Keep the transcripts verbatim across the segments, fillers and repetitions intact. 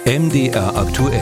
M D R aktuell.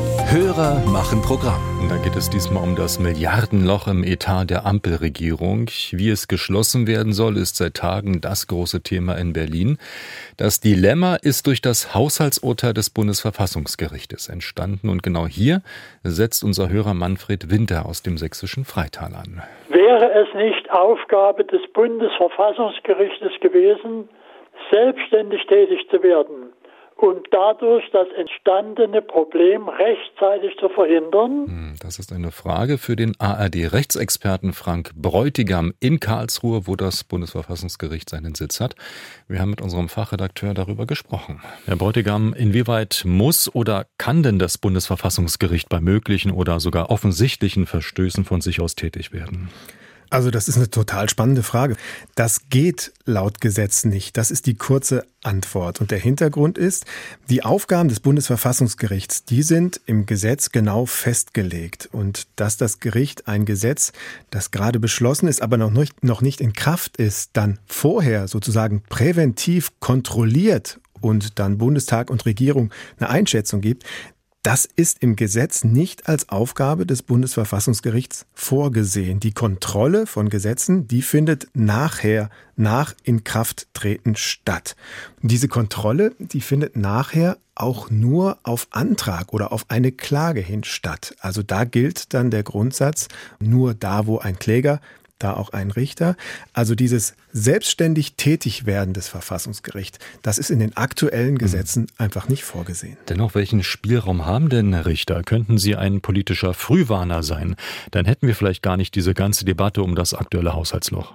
Hörer machen Programm. Da geht es diesmal um das Milliardenloch im Etat der Ampelregierung. Wie es geschlossen werden soll, ist seit Tagen das große Thema in Berlin. Das Dilemma ist durch das Haushaltsurteil des Bundesverfassungsgerichtes entstanden. Und genau hier setzt unser Hörer Manfred Winter aus dem sächsischen Freital an. Wäre es nicht Aufgabe des Bundesverfassungsgerichtes gewesen, selbstständig tätig zu werden, um dadurch das entstandene Problem rechtzeitig zu verhindern? Das ist eine Frage für den A R D-Rechtsexperten Frank Bräutigam in Karlsruhe, wo das Bundesverfassungsgericht seinen Sitz hat. Wir haben mit unserem Fachredakteur darüber gesprochen. Herr Bräutigam, inwieweit muss oder kann denn das Bundesverfassungsgericht bei möglichen oder sogar offensichtlichen Verstößen von sich aus tätig werden? Also das ist eine total spannende Frage. Das geht laut Gesetz nicht. Das ist die kurze Antwort. Und der Hintergrund ist, die Aufgaben des Bundesverfassungsgerichts, die sind im Gesetz genau festgelegt. Und dass das Gericht ein Gesetz, das gerade beschlossen ist, aber noch nicht, noch nicht in Kraft ist, dann vorher sozusagen präventiv kontrolliert und dann Bundestag und Regierung eine Einschätzung gibt, das ist im Gesetz nicht als Aufgabe des Bundesverfassungsgerichts vorgesehen. Die Kontrolle von Gesetzen, die findet nachher, nach Inkrafttreten statt. Und diese Kontrolle, die findet nachher auch nur auf Antrag oder auf eine Klage hin statt. Also da gilt dann der Grundsatz, nur da, wo ein Kläger, da auch ein Richter. Also dieses selbstständig Tätigwerden des Verfassungsgerichts, das ist in den aktuellen Gesetzen einfach nicht vorgesehen. Dennoch, welchen Spielraum haben denn Richter? Könnten sie ein politischer Frühwarner sein? Dann hätten wir vielleicht gar nicht diese ganze Debatte um das aktuelle Haushaltsloch.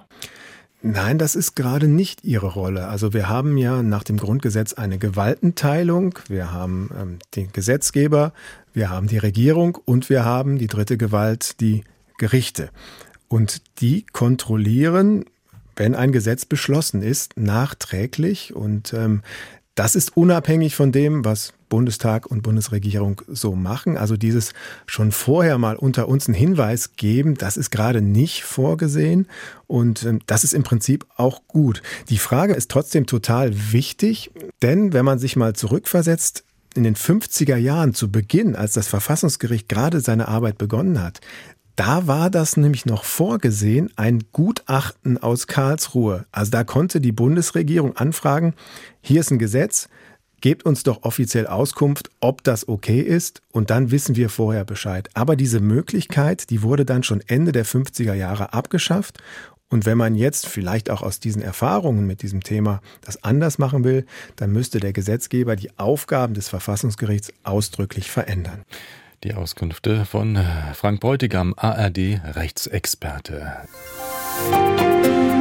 Nein, das ist gerade nicht ihre Rolle. Also wir haben ja nach dem Grundgesetz eine Gewaltenteilung. Wir haben ähm, den Gesetzgeber, wir haben die Regierung und wir haben die dritte Gewalt, die Gerichte. Und die kontrollieren, wenn ein Gesetz beschlossen ist, nachträglich. Und ähm, das ist unabhängig von dem, was Bundestag und Bundesregierung so machen. Also dieses schon vorher mal unter uns einen Hinweis geben, das ist gerade nicht vorgesehen. Und ähm, das ist im Prinzip auch gut. Die Frage ist trotzdem total wichtig, denn wenn man sich mal zurückversetzt, in den fünfziger Jahren zu Beginn, als das Verfassungsgericht gerade seine Arbeit begonnen hat, da war das nämlich noch vorgesehen, ein Gutachten aus Karlsruhe. Also da konnte die Bundesregierung anfragen, hier ist ein Gesetz, gebt uns doch offiziell Auskunft, ob das okay ist und dann wissen wir vorher Bescheid. Aber diese Möglichkeit, die wurde dann schon Ende der fünfziger Jahre abgeschafft. Und wenn man jetzt vielleicht auch aus diesen Erfahrungen mit diesem Thema das anders machen will, dann müsste der Gesetzgeber die Aufgaben des Verfassungsgerichts ausdrücklich verändern. Die Auskünfte von Frank Bräutigam, A R D-Rechtsexperte.